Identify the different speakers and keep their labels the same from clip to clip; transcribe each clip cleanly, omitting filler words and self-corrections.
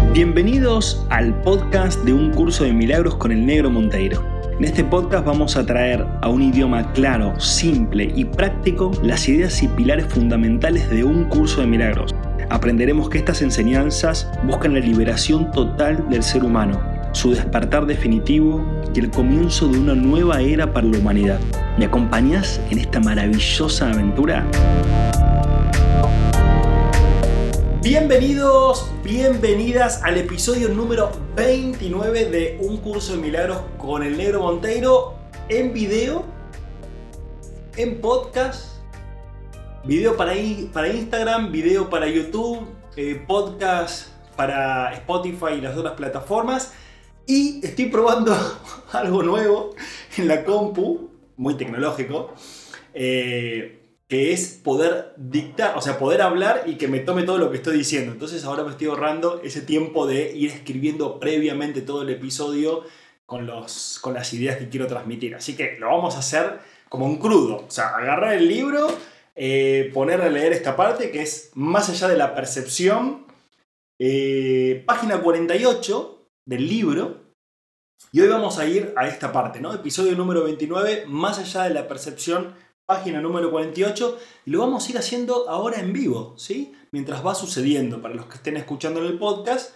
Speaker 1: Bienvenidos al podcast de Un Curso de Milagros con el Negro Monteiro. En este podcast vamos a traer a un idioma claro, simple y práctico las ideas y pilares fundamentales de un curso de milagros. Aprenderemos que estas enseñanzas buscan la liberación total del ser humano, su despertar definitivo y el comienzo de una nueva era para la humanidad. ¿Me acompañas en esta maravillosa aventura? Bienvenidos, bienvenidas al episodio número 29 de Un Curso de Milagros con el Negro Monteiro, en video, en podcast, video para Instagram, video para YouTube, podcast para Spotify y las otras plataformas. Y estoy probando algo nuevo en la compu, muy tecnológico, que es poder dictar, o sea, poder hablar y que me tome todo lo que estoy diciendo. Entonces ahora me estoy ahorrando ese tiempo de ir escribiendo previamente todo el episodio con las ideas que quiero transmitir. Así que lo vamos a hacer como un crudo. O sea, agarrar el libro, poner a leer esta parte que es Más allá de la percepción, página 48 del libro. Y hoy vamos a ir a esta parte, ¿no? Episodio número 29, Más allá de la percepción, página número 48, y lo vamos a ir haciendo ahora en vivo, ¿sí? Mientras va sucediendo. Para los que estén escuchando en el podcast,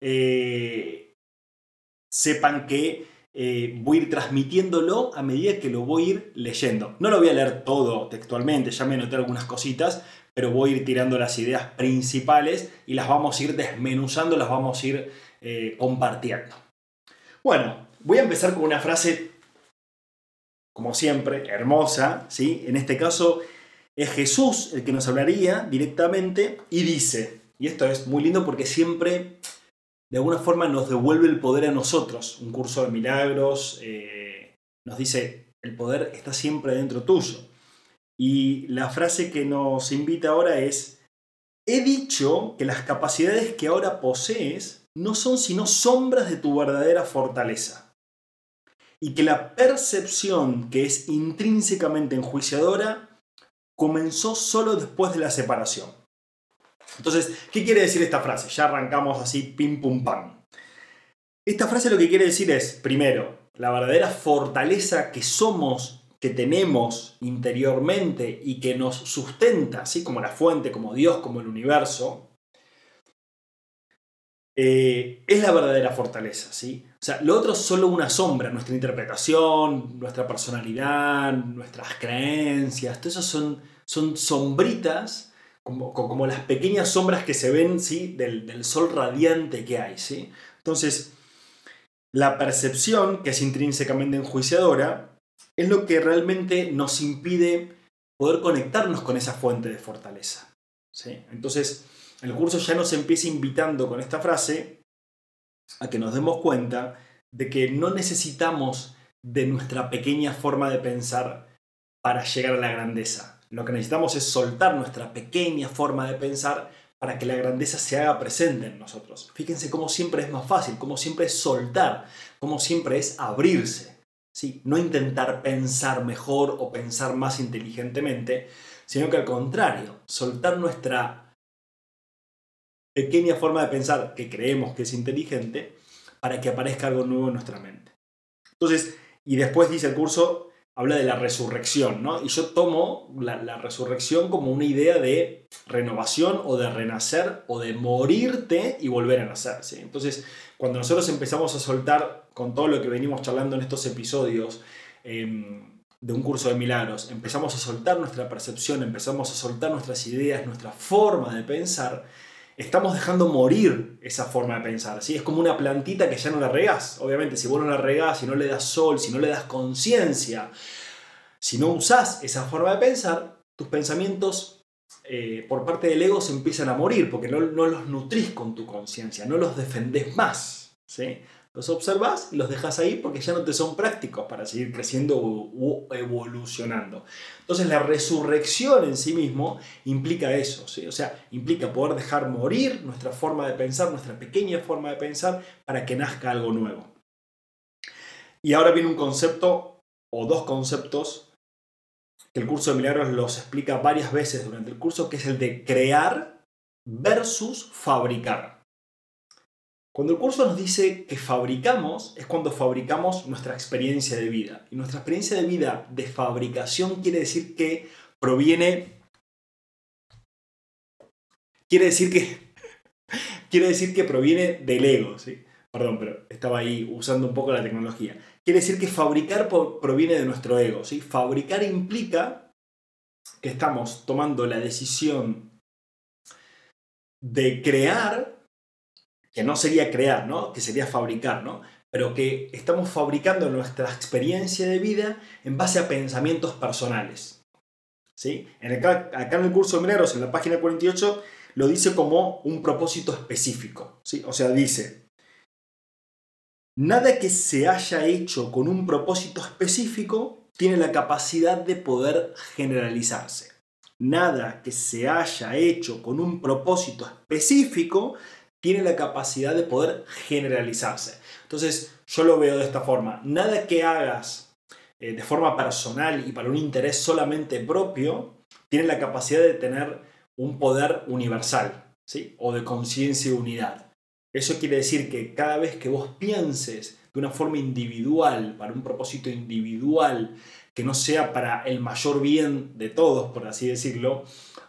Speaker 1: sepan que voy a ir transmitiéndolo a medida que lo voy a ir leyendo. No lo voy a leer todo textualmente, ya me noté algunas cositas, pero voy a ir tirando las ideas principales y las vamos a ir desmenuzando, las vamos a ir compartiendo. Bueno, voy a empezar con una frase, como siempre, hermosa, ¿sí? En este caso es Jesús el que nos hablaría directamente y dice, y esto es muy lindo porque siempre de alguna forma nos devuelve el poder a nosotros. Un curso de milagros nos dice, el poder está siempre dentro tuyo. Y la frase que nos invita ahora es, he dicho que las capacidades que ahora posees no son sino sombras de tu verdadera fortaleza. Y que la percepción que es intrínsecamente enjuiciadora comenzó solo después de la separación. Entonces, ¿qué quiere decir esta frase? Ya arrancamos así, pim pum pam. Esta frase lo que quiere decir es, primero, la verdadera fortaleza que somos, que tenemos interiormente y que nos sustenta, así como la fuente, como Dios, como el universo, es la verdadera fortaleza, ¿sí? O sea, lo otro es solo una sombra, nuestra interpretación, nuestra personalidad, nuestras creencias, todo eso son sombritas, como las pequeñas sombras que se ven, ¿sí? del sol radiante que hay, ¿sí? Entonces, la percepción, que es intrínsecamente enjuiciadora, es lo que realmente nos impide poder conectarnos con esa fuente de fortaleza, ¿sí? Entonces, el curso ya nos empieza invitando con esta frase a que nos demos cuenta de que no necesitamos de nuestra pequeña forma de pensar para llegar a la grandeza. Lo que necesitamos es soltar nuestra pequeña forma de pensar para que la grandeza se haga presente en nosotros. Fíjense cómo siempre es más fácil, cómo siempre es soltar, cómo siempre es abrirse, ¿sí? No intentar pensar mejor o pensar más inteligentemente, sino que al contrario, soltar nuestra pequeña forma de pensar que creemos que es inteligente para que aparezca algo nuevo en nuestra mente. Entonces, y después dice el curso, habla de la resurrección, ¿no? Y yo tomo la resurrección como una idea de renovación o de renacer o de morirte y volver a nacer, ¿sí? Entonces, cuando nosotros empezamos a soltar con todo lo que venimos charlando en estos episodios de Un Curso de Milagros, empezamos a soltar nuestra percepción, empezamos a soltar nuestras ideas, nuestra forma de pensar, estamos dejando morir esa forma de pensar, ¿sí? Es como una plantita que ya no la regás. Obviamente, si vos no la regás, si no le das sol, si no le das conciencia, si no usás esa forma de pensar, tus pensamientos por parte del ego se empiezan a morir porque no los nutrís con tu conciencia, no los defendés más, ¿sí? Los observás y los dejás ahí porque ya no te son prácticos para seguir creciendo o evolucionando. Entonces la resurrección en sí mismo implica eso, ¿sí? O sea, implica poder dejar morir nuestra forma de pensar, nuestra pequeña forma de pensar, para que nazca algo nuevo. Y ahora viene un concepto o dos conceptos que el curso de milagros los explica varias veces durante el curso, que es el de crear versus fabricar. Cuando el curso nos dice que fabricamos, es cuando fabricamos nuestra experiencia de vida. Y nuestra experiencia de vida de fabricación quiere decir que proviene... Quiere decir que proviene del ego, ¿sí? Perdón, pero estaba ahí usando un poco la tecnología. Quiere decir que fabricar proviene de nuestro ego, ¿sí? Fabricar implica que estamos tomando la decisión de crear, que no sería crear, ¿no? Que sería fabricar, ¿no? Pero que estamos fabricando nuestra experiencia de vida en base a pensamientos personales, ¿sí? Acá en el curso de Milagros, en la página 48, lo dice como un propósito específico, ¿sí? O sea, dice: nada que se haya hecho con un propósito específico tiene la capacidad de poder generalizarse. Nada que se haya hecho con un propósito específico tiene la capacidad de poder generalizarse. Entonces, yo lo veo de esta forma. Nada que hagas de forma personal y para un interés solamente propio tiene la capacidad de tener un poder universal, ¿sí? O de conciencia y unidad. Eso quiere decir que cada vez que vos pienses de una forma individual, para un propósito individual, que no sea para el mayor bien de todos, por así decirlo,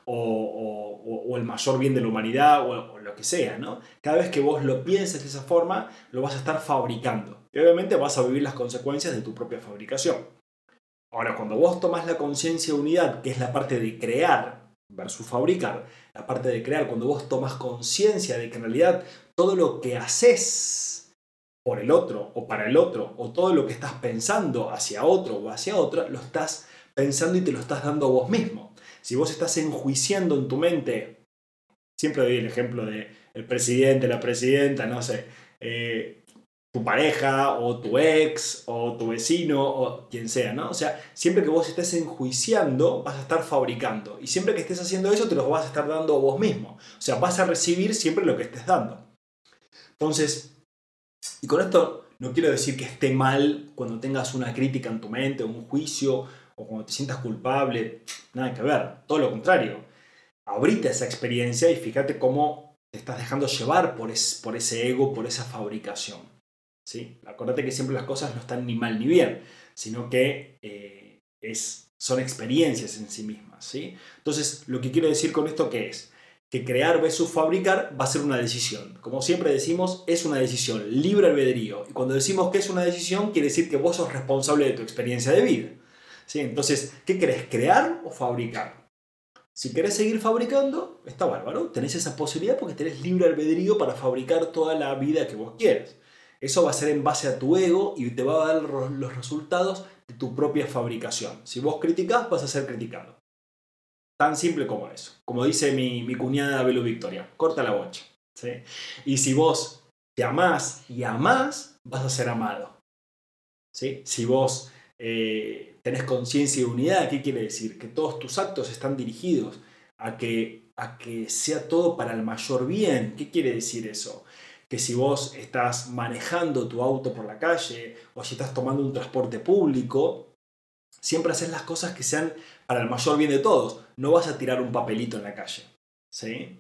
Speaker 1: o el mayor bien de la humanidad, o lo que sea, ¿no? Cada vez que vos lo pienses de esa forma, lo vas a estar fabricando. Y obviamente vas a vivir las consecuencias de tu propia fabricación. Ahora, cuando vos tomás la conciencia de unidad, que es la parte de crear versus fabricar, la parte de crear, cuando vos tomás conciencia de que en realidad todo lo que haces por el otro o para el otro, o todo lo que estás pensando hacia otro o hacia otra, lo estás pensando y te lo estás dando a vos mismo. Si vos estás enjuiciando en tu mente, siempre doy el ejemplo de el presidente, la presidenta, no sé, tu pareja o tu ex o tu vecino o quien sea, ¿no? O sea, siempre que vos estés enjuiciando, vas a estar fabricando. Y siempre que estés haciendo eso, te lo vas a estar dando a vos mismo. O sea, vas a recibir siempre lo que estés dando. Entonces, y con esto no quiero decir que esté mal cuando tengas una crítica en tu mente, o un juicio, o cuando te sientas culpable. Nada que ver, todo lo contrario. Abrite esa experiencia y fíjate cómo te estás dejando llevar por ese ego, por esa fabricación, ¿sí? Acuérdate que siempre las cosas no están ni mal ni bien, sino que son experiencias en sí mismas, ¿sí? Entonces, lo que quiero decir con esto, ¿qué es? Que crear versus fabricar va a ser una decisión. Como siempre decimos, es una decisión, libre albedrío. Y cuando decimos que es una decisión, quiere decir que vos sos responsable de tu experiencia de vida, ¿sí? Entonces, ¿qué querés, crear o fabricar? Si querés seguir fabricando, está bárbaro. Tenés esa posibilidad porque tenés libre albedrío para fabricar toda la vida que vos quieras. Eso va a ser en base a tu ego y te va a dar los resultados de tu propia fabricación. Si vos criticás, vas a ser criticado. Tan simple como eso. Como dice mi cuñada Belu Victoria, corta la bocha, ¿sí? Y si vos te amás y amás, vas a ser amado, ¿sí? Si vos tenés conciencia y unidad, ¿qué quiere decir? Que todos tus actos están dirigidos a que sea todo para el mayor bien. ¿Qué quiere decir eso? Que si vos estás manejando tu auto por la calle o si estás tomando un transporte público, siempre haces las cosas que sean para el mayor bien de todos. No vas a tirar un papelito en la calle, ¿sí?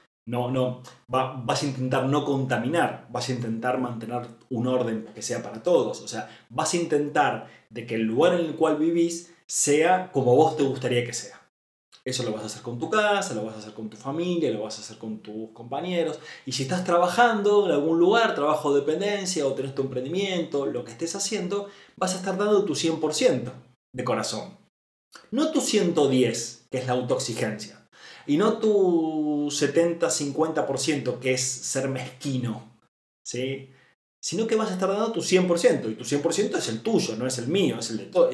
Speaker 1: Vas a intentar no contaminar, vas a intentar mantener un orden que sea para todos. O sea, vas a intentar de que el lugar en el cual vivís sea como vos te gustaría que sea. Eso lo vas a hacer con tu casa, lo vas a hacer con tu familia, lo vas a hacer con tus compañeros. Y si estás trabajando en algún lugar, trabajo de dependencia o tenés tu emprendimiento, lo que estés haciendo, vas a estar dando tu 100% de corazón. No tu 110, que es la autoexigencia. Y no tu 70-50%, que es ser mezquino, ¿sí? Sino que vas a estar dando tu 100%. Y tu 100% es el tuyo, no es el mío, es el de todo.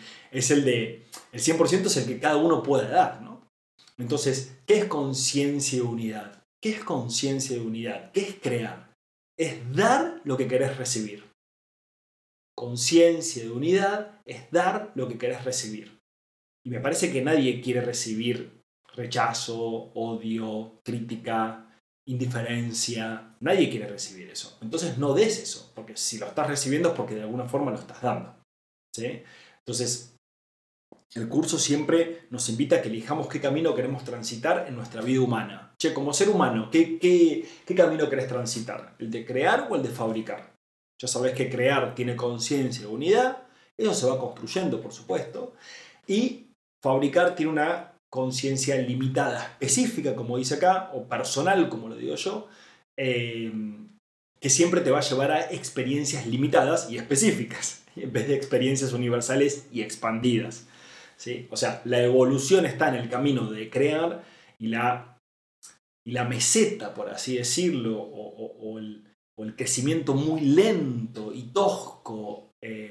Speaker 1: El 100% es el que cada uno puede dar, ¿no? Entonces, ¿qué es conciencia de unidad? ¿Qué es conciencia de unidad? ¿Qué es crear? Es dar lo que querés recibir. Conciencia de unidad es dar lo que querés recibir. Y me parece que nadie quiere recibir rechazo, odio, crítica, indiferencia. Nadie quiere recibir eso. Entonces no des eso, porque si lo estás recibiendo es porque de alguna forma lo estás dando, ¿sí? Entonces, el curso siempre nos invita a que elijamos qué camino queremos transitar en nuestra vida humana. Che, como ser humano, ¿qué camino querés transitar? ¿El de crear o el de fabricar? Ya sabés que crear tiene conciencia y unidad, eso se va construyendo, por supuesto, y fabricar tiene una conciencia limitada, específica, como dice acá, o personal, como lo digo yo, que siempre te va a llevar a experiencias limitadas y específicas, en vez de experiencias universales y expandidas. ¿Sí? O sea, la evolución está en el camino de crear y la meseta, por así decirlo, o el crecimiento muy lento y tosco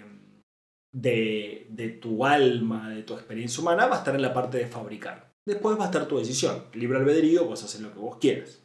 Speaker 1: de tu alma, de tu experiencia humana, va a estar en la parte de fabricar. Después va a estar tu decisión. Libre albedrío, vos haces lo que vos quieras.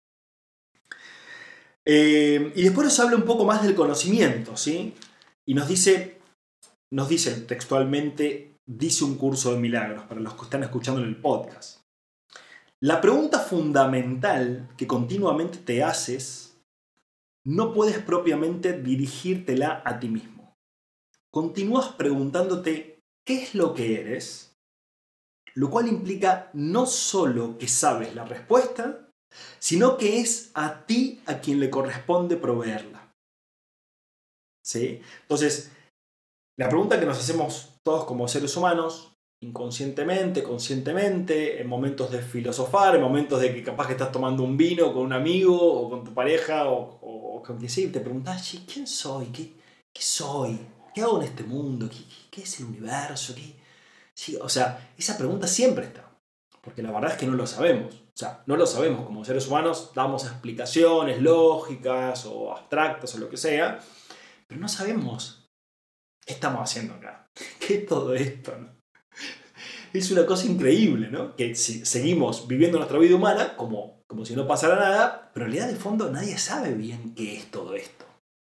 Speaker 1: Y después nos habla un poco más del conocimiento, ¿sí? Y nos dice textualmente, dice un curso de milagros, para los que están escuchando en el podcast. La pregunta fundamental que continuamente te haces, no puedes propiamente dirigírtela a ti mismo. Continúas preguntándote qué es lo que eres, lo cual implica no solo que sabes la respuesta, sino que es a ti a quien le corresponde proveerla. ¿Sí? Entonces, la pregunta que nos hacemos todos como seres humanos, inconscientemente, conscientemente, en momentos de filosofar, en momentos de que capaz que estás tomando un vino con un amigo o con tu pareja o con quien sea, te preguntás, ¿quién soy? ¿Qué soy? ¿Qué hago en este mundo? ¿Qué es el universo? Sí, o sea, esa pregunta siempre está, porque la verdad es que no lo sabemos. O sea, no lo sabemos. Como seres humanos damos explicaciones lógicas o abstractas o lo que sea, pero no sabemos qué estamos haciendo acá. ¿Qué es todo esto? ¿No? Es una cosa increíble, ¿no? Que si seguimos viviendo nuestra vida humana como si no pasara nada, pero en realidad de fondo nadie sabe bien qué es todo esto.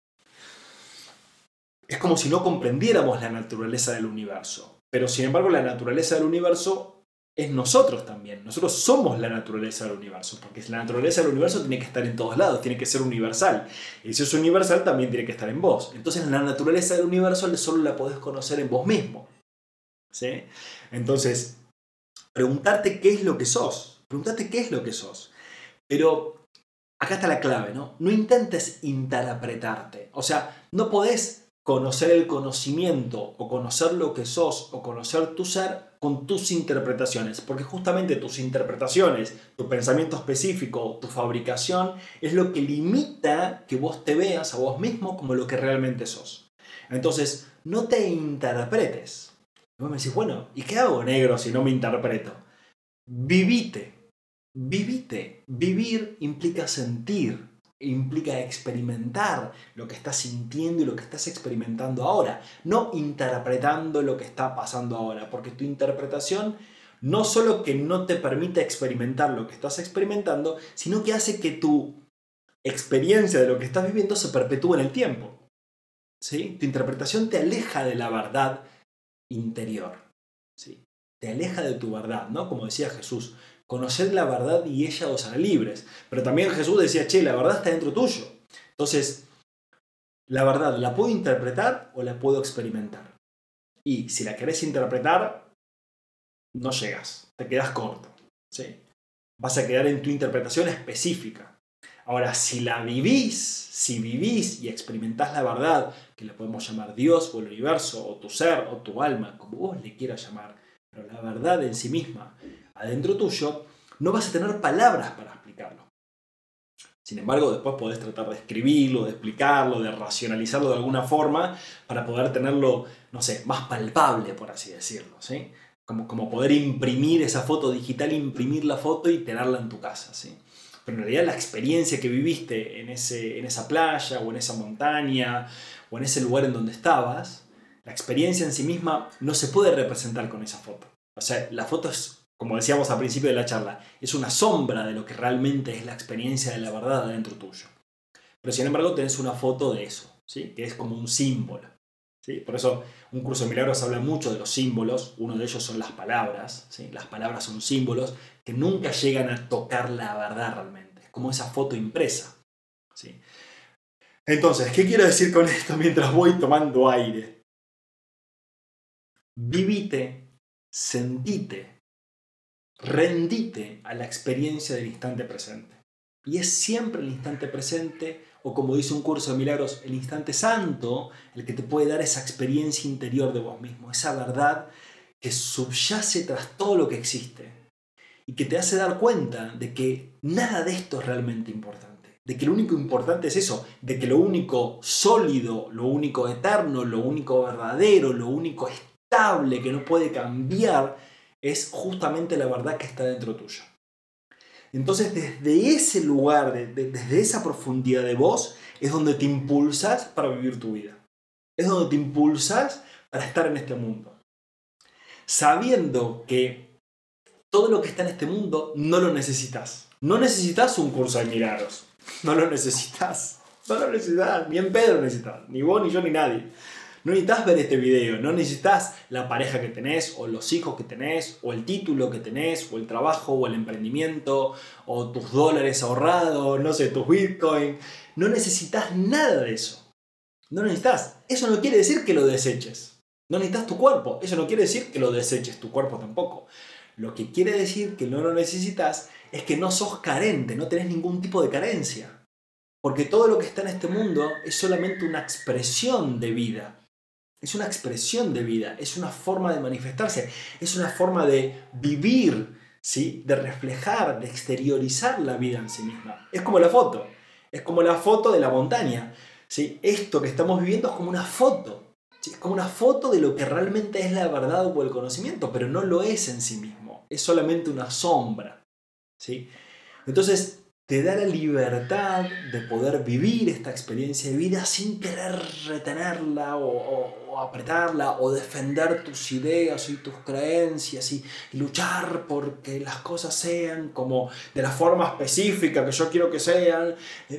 Speaker 1: Es como si no comprendiéramos la naturaleza del universo. Pero sin embargo la naturaleza del universo es nosotros también. Nosotros somos la naturaleza del universo, porque la naturaleza del universo tiene que estar en todos lados, tiene que ser universal. Y si es universal también tiene que estar en vos. Entonces la naturaleza del universo solo la podés conocer en vos mismo. ¿Sí? Entonces, preguntarte qué es lo que sos. Preguntarte qué es lo que sos. Pero acá está la clave, ¿no? No intentes interpretarte. O sea, no podés conocer el conocimiento o conocer lo que sos o conocer tu ser con tus interpretaciones. Porque justamente tus interpretaciones, tu pensamiento específico, tu fabricación, es lo que limita que vos te veas a vos mismo como lo que realmente sos. Entonces, no te interpretes. Y vos me decís, bueno, ¿y qué hago, negro, si no me interpreto? Vivite. Vivite. Vivir implica sentir, implica experimentar lo que estás sintiendo y lo que estás experimentando ahora, no interpretando lo que está pasando ahora, porque tu interpretación no solo que no te permite experimentar lo que estás experimentando, sino que hace que tu experiencia de lo que estás viviendo se perpetúe en el tiempo. ¿Sí? Tu interpretación te aleja de la verdad interior. ¿Sí? Te aleja de tu verdad, ¿no? Como decía Jesús, conoced la verdad y ella os hará libres. Pero también Jesús decía, che, la verdad está dentro tuyo. Entonces, la verdad, ¿la puedo interpretar o la puedo experimentar? Y si la querés interpretar, no llegas, te quedas corto. ¿Sí? Vas a quedar en tu interpretación específica. Ahora, si vivís y experimentás la verdad, que la podemos llamar Dios o el universo, o tu ser, o tu alma, como vos le quieras llamar, pero la verdad en sí misma, adentro tuyo, no vas a tener palabras para explicarlo. Sin embargo, después podés tratar de escribirlo, de explicarlo, de racionalizarlo de alguna forma para poder tenerlo, no sé, más palpable, por así decirlo, ¿sí? Como poder imprimir esa foto digital, imprimir la foto y tenerla en tu casa, ¿sí? Pero en realidad la experiencia que viviste en esa playa o en esa montaña o en ese lugar en donde estabas, la experiencia en sí misma no se puede representar con esa foto. O sea, la foto es, como decíamos al principio de la charla, es una sombra de lo que realmente es la experiencia de la verdad adentro tuyo. Pero sin embargo tenés una foto de eso, ¿sí? Que es como un símbolo. ¿Sí? Por eso un curso de milagros habla mucho de los símbolos. Uno de ellos son las palabras. ¿Sí? Las palabras son símbolos que nunca llegan a tocar la verdad realmente. Es como esa foto impresa. ¿Sí? Entonces, ¿qué quiero decir con esto mientras voy tomando aire? Vivite sentite, rendite a la experiencia del instante presente. Y es siempre el instante presente, o como dice un curso de milagros, el instante santo, el que te puede dar esa experiencia interior de vos mismo, esa verdad que subyace tras todo lo que existe y que te hace dar cuenta de que nada de esto es realmente importante, de que lo único importante es eso, de que lo único sólido, lo único eterno, lo único verdadero, lo único estable que no puede cambiar es justamente la verdad que está dentro tuyo. Entonces, desde ese lugar, desde esa profundidad de vos, es donde te impulsas para vivir tu vida. Es donde te impulsas para estar en este mundo. Sabiendo que todo lo que está en este mundo no lo necesitas. No necesitas un curso de milagros. No lo necesitas. No lo necesitas. Ni en pedo lo necesitas. Ni vos, ni yo, ni nadie. No necesitas ver este video, no necesitas la pareja que tenés, o los hijos que tenés, o el título que tenés, o el trabajo, o el emprendimiento, o tus dólares ahorrados, no sé, tus bitcoins. No necesitas nada de eso. No necesitas. Eso no quiere decir que lo deseches. No necesitas tu cuerpo. Eso no quiere decir que lo deseches, tu cuerpo tampoco. Lo que quiere decir que no lo necesitas es que no sos carente, no tenés ningún tipo de carencia. Porque todo lo que está en este mundo es solamente una expresión de vida. Es una expresión de vida, es una forma de manifestarse, es una forma de vivir, ¿sí? De reflejar, de exteriorizar la vida en sí misma. Es como la foto de la montaña, ¿sí? Esto que estamos viviendo es como una foto, ¿sí? Es como una foto de lo que realmente es la verdad o el conocimiento, pero no lo es en sí mismo, es solamente una sombra, ¿sí? Entonces, te da la libertad de poder vivir esta experiencia de vida sin querer retenerla o apretarla o defender tus ideas y tus creencias y luchar porque las cosas sean como de la forma específica que yo quiero que sean.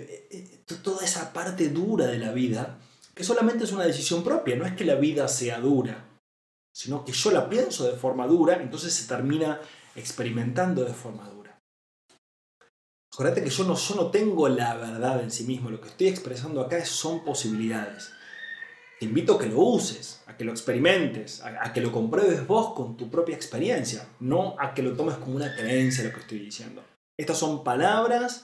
Speaker 1: Toda esa parte dura de la vida, que solamente es una decisión propia, no es que la vida sea dura, sino que yo la pienso de forma dura, entonces se termina experimentando de forma dura. Acuérdate que yo no tengo la verdad en sí mismo, lo que estoy expresando acá son posibilidades. Te invito a que lo uses, a que lo experimentes, a que lo compruebes vos con tu propia experiencia, no a que lo tomes como una creencia lo que estoy diciendo. Estas son palabras,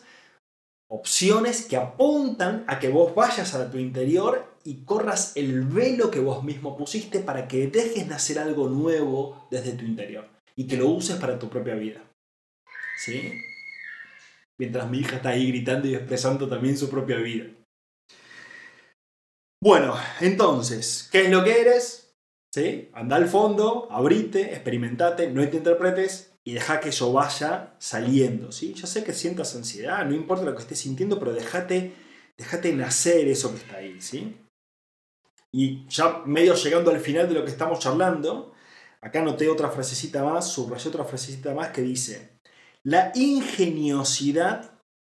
Speaker 1: opciones que apuntan a que vos vayas a tu interior y corras el velo que vos mismo pusiste para que dejes nacer algo nuevo desde tu interior y que lo uses para tu propia vida. ¿Sí? Mientras mi hija está ahí gritando y expresando también su propia vida. Bueno, entonces, ¿qué es lo que eres? ¿Sí? Anda al fondo, abrite, experimentate, no te interpretes y deja que eso vaya saliendo. ¿Sí? Yo sé que sientas ansiedad, no importa lo que estés sintiendo, pero déjate nacer eso que está ahí. ¿Sí? Y ya medio llegando al final de lo que estamos charlando, acá anoté otra frasecita más, subrayé otra frasecita más que dice: la ingeniosidad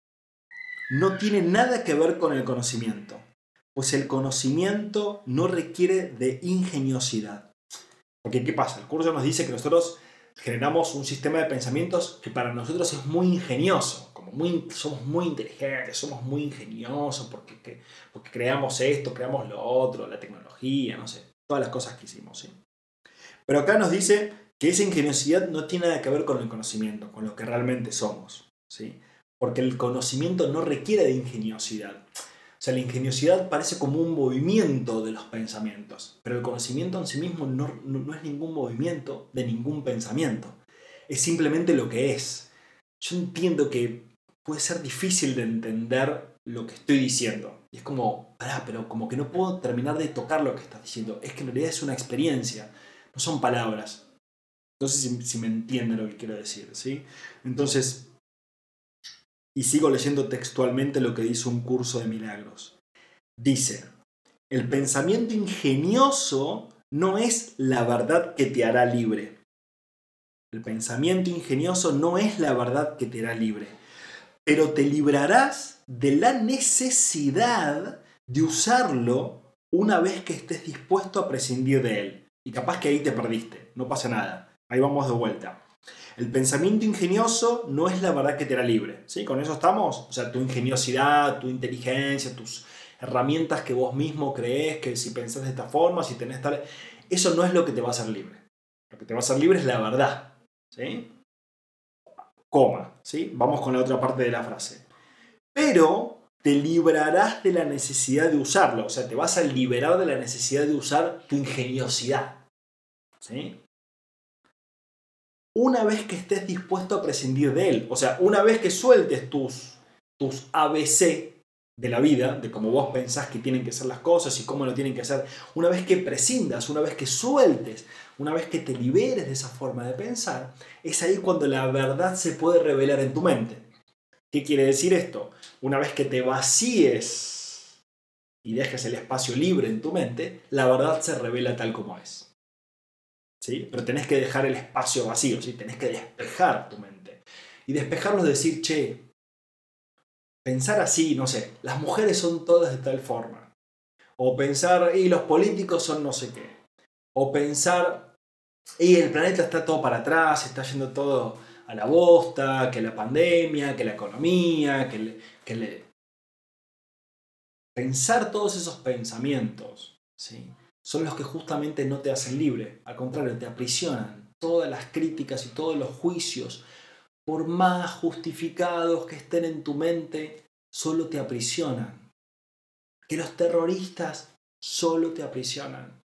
Speaker 1: no tiene nada que ver con el conocimiento, pues el conocimiento no requiere de ingeniosidad. Porque ¿qué pasa? El curso nos dice que nosotros generamos un sistema de pensamientos que para nosotros es muy ingenioso, somos muy inteligentes, somos muy ingeniosos porque creamos esto, creamos lo otro, la tecnología, no sé, todas las cosas que hicimos, ¿sí? Pero acá nos dice que esa ingeniosidad no tiene nada que ver con el conocimiento, con lo que realmente somos, ¿sí? Porque el conocimiento no requiere de ingeniosidad. O sea, la ingeniosidad parece como un movimiento de los pensamientos, pero el conocimiento en sí mismo no es ningún movimiento de ningún pensamiento. Es simplemente lo que es. Yo entiendo que puede ser difícil de entender lo que estoy diciendo. Y es como, pero como que no puedo terminar de tocar lo que estás diciendo. Es que en realidad es una experiencia, no son palabras. No sé si me entienden lo que quiero decir, ¿sí? Entonces, y sigo leyendo textualmente lo que dice un curso de milagros. Dice: el pensamiento ingenioso no es la verdad que te hará libre. El pensamiento ingenioso no es la verdad que te hará libre, pero te librarás de la necesidad de usarlo una vez que estés dispuesto a prescindir de él. Y capaz que ahí te perdiste, no pasa nada. Ahí vamos de vuelta. El pensamiento ingenioso no es la verdad que te hará libre. ¿Sí? ¿Con eso estamos? O sea, tu ingeniosidad, tu inteligencia, tus herramientas que vos mismo creés, que si pensás de esta forma, si tenés tal... Eso no es lo que te va a hacer libre. Lo que te va a hacer libre es la verdad. ¿Sí? Coma. ¿Sí? Vamos con la otra parte de la frase. Pero te librarás de la necesidad de usarlo. O sea, te vas a liberar de la necesidad de usar tu ingeniosidad. ¿Sí? Una vez que estés dispuesto a prescindir de él. O sea, una vez que sueltes tus ABC de la vida, de cómo vos pensás que tienen que ser las cosas y cómo lo tienen que hacer, una vez que prescindas, una vez que sueltes, una vez que te liberes de esa forma de pensar, es ahí cuando la verdad se puede revelar en tu mente. ¿Qué quiere decir esto? Una vez que te vacíes y dejes el espacio libre en tu mente, la verdad se revela tal como es. ¿Sí? Pero tenés que dejar el espacio vacío, ¿sí? Tenés que despejar tu mente. Y despejarlo es decir, che, pensar así, no sé, las mujeres son todas de tal forma. O pensar, y los políticos son no sé qué. O pensar, y el planeta está todo para atrás, está yendo todo a la bosta, que la pandemia, que la economía, Pensar todos esos pensamientos, ¿sí? Son los que justamente no te hacen libre. Al contrario, te aprisionan. Todas las críticas y todos los juicios, por más justificados que estén en tu mente, solo te aprisionan. Que los terroristas solo te aprisionan,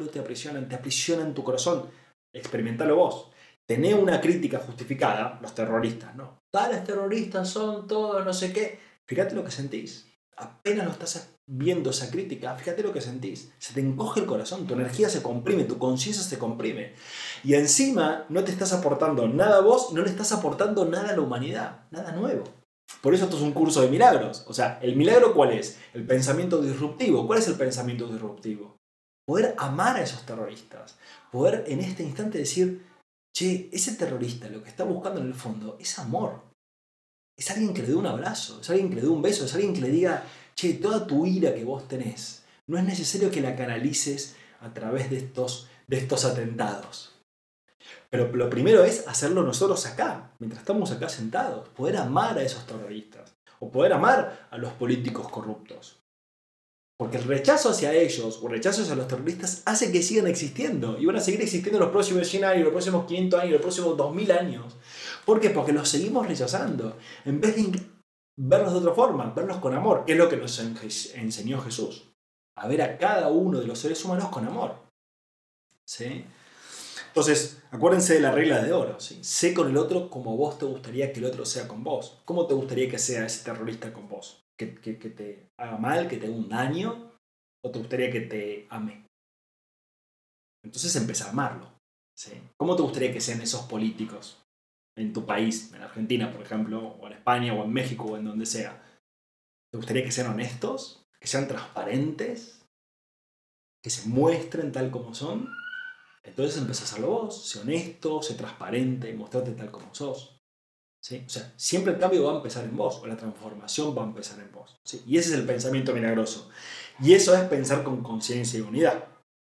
Speaker 1: te aprisionan tu corazón. Experimentalo vos. Tené una crítica justificada, los terroristas, ¿no? Tales terroristas son todos no sé qué. Fíjate lo que sentís. Apenas lo estás viendo esa crítica, fíjate lo que sentís. Se te encoge el corazón, tu energía se comprime, tu conciencia se comprime. Y encima no te estás aportando nada a vos, no le estás aportando nada a la humanidad, nada nuevo. Por eso esto es un curso de milagros. O sea, ¿el milagro cuál es? El pensamiento disruptivo. ¿Cuál es el pensamiento disruptivo? Poder amar a esos terroristas. Poder en este instante decir, che, ese terrorista lo que está buscando en el fondo es amor. Es alguien que le dé un abrazo, es alguien que le dé un beso, es alguien que le diga, che, toda tu ira que vos tenés, no es necesario que la canalices a través de estos atentados. Pero lo primero es hacerlo nosotros acá, mientras estamos acá sentados, poder amar a esos terroristas o poder amar a los políticos corruptos. Porque el rechazo hacia ellos o el rechazo hacia los terroristas hace que sigan existiendo y van a seguir existiendo los próximos 100 años, los próximos 500 años, los próximos 2000 años. ¿Por qué? Porque los seguimos rechazando. En vez de verlos de otra forma, verlos con amor, que es lo que nos enseñó Jesús. A ver a cada uno de los seres humanos con amor. ¿Sí? Entonces, acuérdense de la regla de oro. ¿Sí? Sé con el otro como vos te gustaría que el otro sea con vos. ¿Cómo te gustaría que sea ese terrorista con vos? ¿Que te haga mal, que te haga un daño? ¿O te gustaría que te ame? Entonces empieza a amarlo. ¿Sí? ¿Cómo te gustaría que sean esos políticos en tu país, en Argentina, por ejemplo, o en España, o en México, o en donde sea? ¿Te gustaría que sean honestos? ¿Que sean transparentes? ¿Que se muestren tal como son? Entonces empezás a hacerlo vos, sé honesto, sé transparente, mostrate tal como sos. ¿Sí? O sea, siempre el cambio va a empezar en vos, o la transformación va a empezar en vos. ¿Sí? Y ese es el pensamiento milagroso. Y eso es pensar con conciencia y unidad.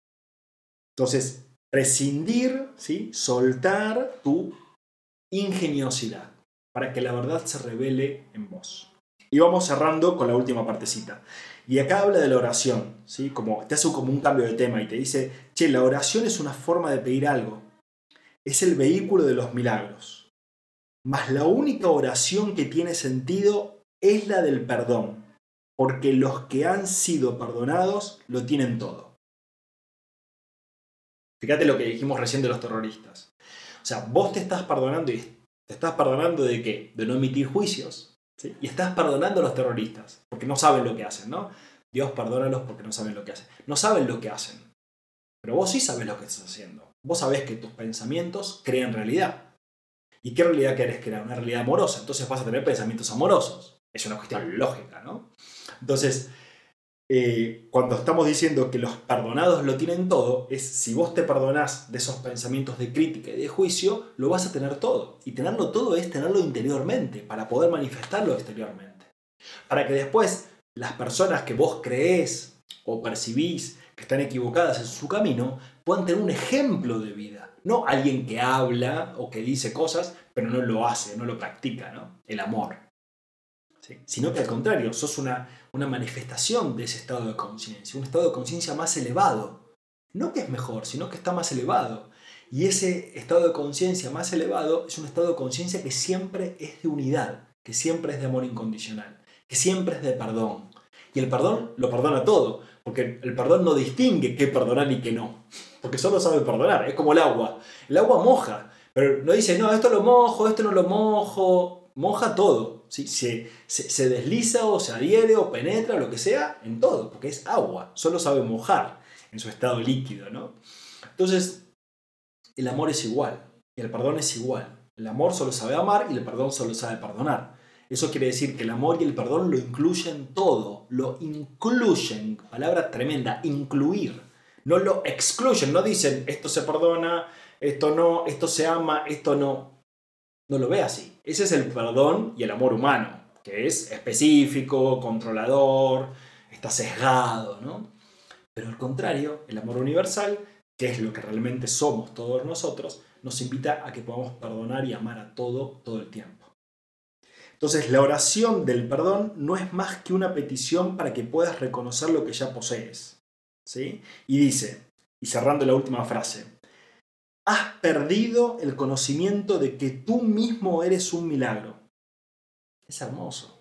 Speaker 1: Entonces, prescindir, ¿sí? Soltar tu ingeniosidad para que la verdad se revele en vos. Y vamos cerrando con la última partecita. Y acá habla de la oración, ¿sí? Como, te hace como un cambio de tema y te dice, che, la oración es una forma de pedir algo. Es el vehículo de los milagros. Mas la única oración que tiene sentido es la del perdón, porque los que han sido perdonados lo tienen todo. Fíjate lo que dijimos recién de los terroristas. O sea, vos te estás perdonando y te estás perdonando de qué? De no emitir juicios. ¿Sí? Y estás perdonando a los terroristas, porque no saben lo que hacen, ¿no? Dios perdónalos porque no saben lo que hacen. No saben lo que hacen, pero vos sí sabés lo que estás haciendo. Vos sabés que tus pensamientos crean realidad. ¿Y qué realidad querés crear? Una realidad amorosa. Entonces vas a tener pensamientos amorosos. Es una cuestión lógica, ¿no? Entonces, cuando estamos diciendo que los perdonados lo tienen todo, es si vos te perdonás de esos pensamientos de crítica y de juicio, lo vas a tener todo. Y tenerlo todo es tenerlo interiormente, para poder manifestarlo exteriormente. Para que después las personas que vos creés o percibís que están equivocadas en su camino, puedan tener un ejemplo de vida. No alguien que habla o que dice cosas, pero no lo hace, no lo practica, ¿no? El amor. ¿Sí? Sino que al contrario, sos una manifestación de ese estado de conciencia, un estado de conciencia más elevado. No que es mejor, sino que está más elevado. Y ese estado de conciencia más elevado es un estado de conciencia que siempre es de unidad, que siempre es de amor incondicional, que siempre es de perdón. Y el perdón lo perdona todo, porque el perdón no distingue qué perdonar y qué no, porque solo sabe perdonar, es como el agua. El agua moja, pero no dice, no, esto lo mojo, esto no lo mojo, moja todo. ¿Sí? Se desliza o se adhiere o penetra, lo que sea, en todo, porque es agua, solo sabe mojar en su estado líquido, ¿no? Entonces, el amor es igual, y el perdón es igual. El amor solo sabe amar y el perdón solo sabe perdonar. Eso quiere decir que el amor y el perdón lo incluyen todo, lo incluyen, palabra tremenda, incluir. No lo excluyen, no dicen esto se perdona, esto no, esto se ama, esto no. No lo ve así. Ese es el perdón y el amor humano, que es específico, controlador, está sesgado, ¿no? Pero al contrario, el amor universal, que es lo que realmente somos todos nosotros, nos invita a que podamos perdonar y amar a todo el tiempo. Entonces, la oración del perdón no es más que una petición para que puedas reconocer lo que ya posees, ¿sí? Y dice, y cerrando la última frase, has perdido el conocimiento de que tú mismo eres un milagro. Es hermoso.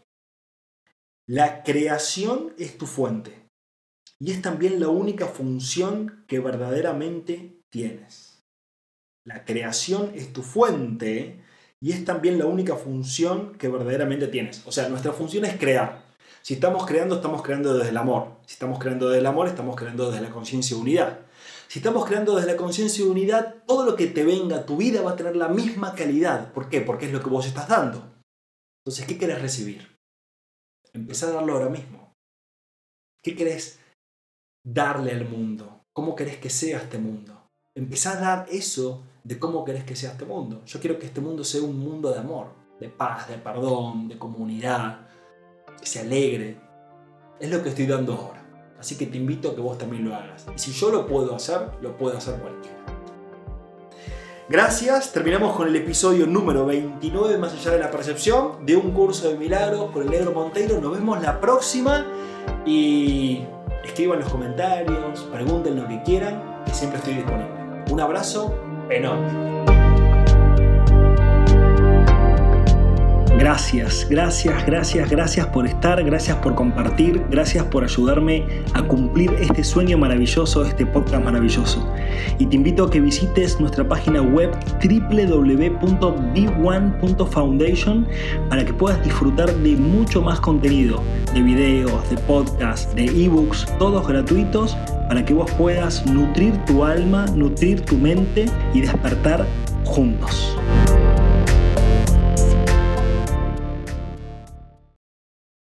Speaker 1: La creación es tu fuente. Y es también la única función que verdaderamente tienes. La creación es tu fuente y es también la única función que verdaderamente tienes. O sea, nuestra función es crear. Si estamos creando desde el amor. Si estamos creando desde el amor, estamos creando desde la conciencia de unidad. Si estamos creando desde la conciencia de unidad, todo lo que te venga a tu vida va a tener la misma calidad. ¿Por qué? Porque es lo que vos estás dando. Entonces, ¿qué querés recibir? Empezá a darlo ahora mismo. ¿Qué querés darle al mundo? ¿Cómo querés que sea este mundo? Empezá a dar eso de cómo querés que sea este mundo. Yo quiero que este mundo sea un mundo de amor, de paz, de perdón, de comunidad, que se alegre. Es lo que estoy dando ahora. Así que te invito a que vos también lo hagas. Y si yo lo puedo hacer cualquiera. Gracias. Terminamos con el episodio número 29, Más allá de la percepción, de un curso de milagros por el Negro Monteiro. Nos vemos la próxima y escriban los comentarios, pregunten lo que quieran, que siempre estoy disponible. Un abrazo enorme. Gracias por estar, gracias por compartir, gracias por ayudarme a cumplir este sueño maravilloso, este podcast maravilloso. Y te invito a que visites nuestra página web www.b1.foundation para que puedas disfrutar de mucho más contenido, de videos, de podcasts, de ebooks, todos gratuitos, para que vos puedas nutrir tu alma, nutrir tu mente y despertar juntos.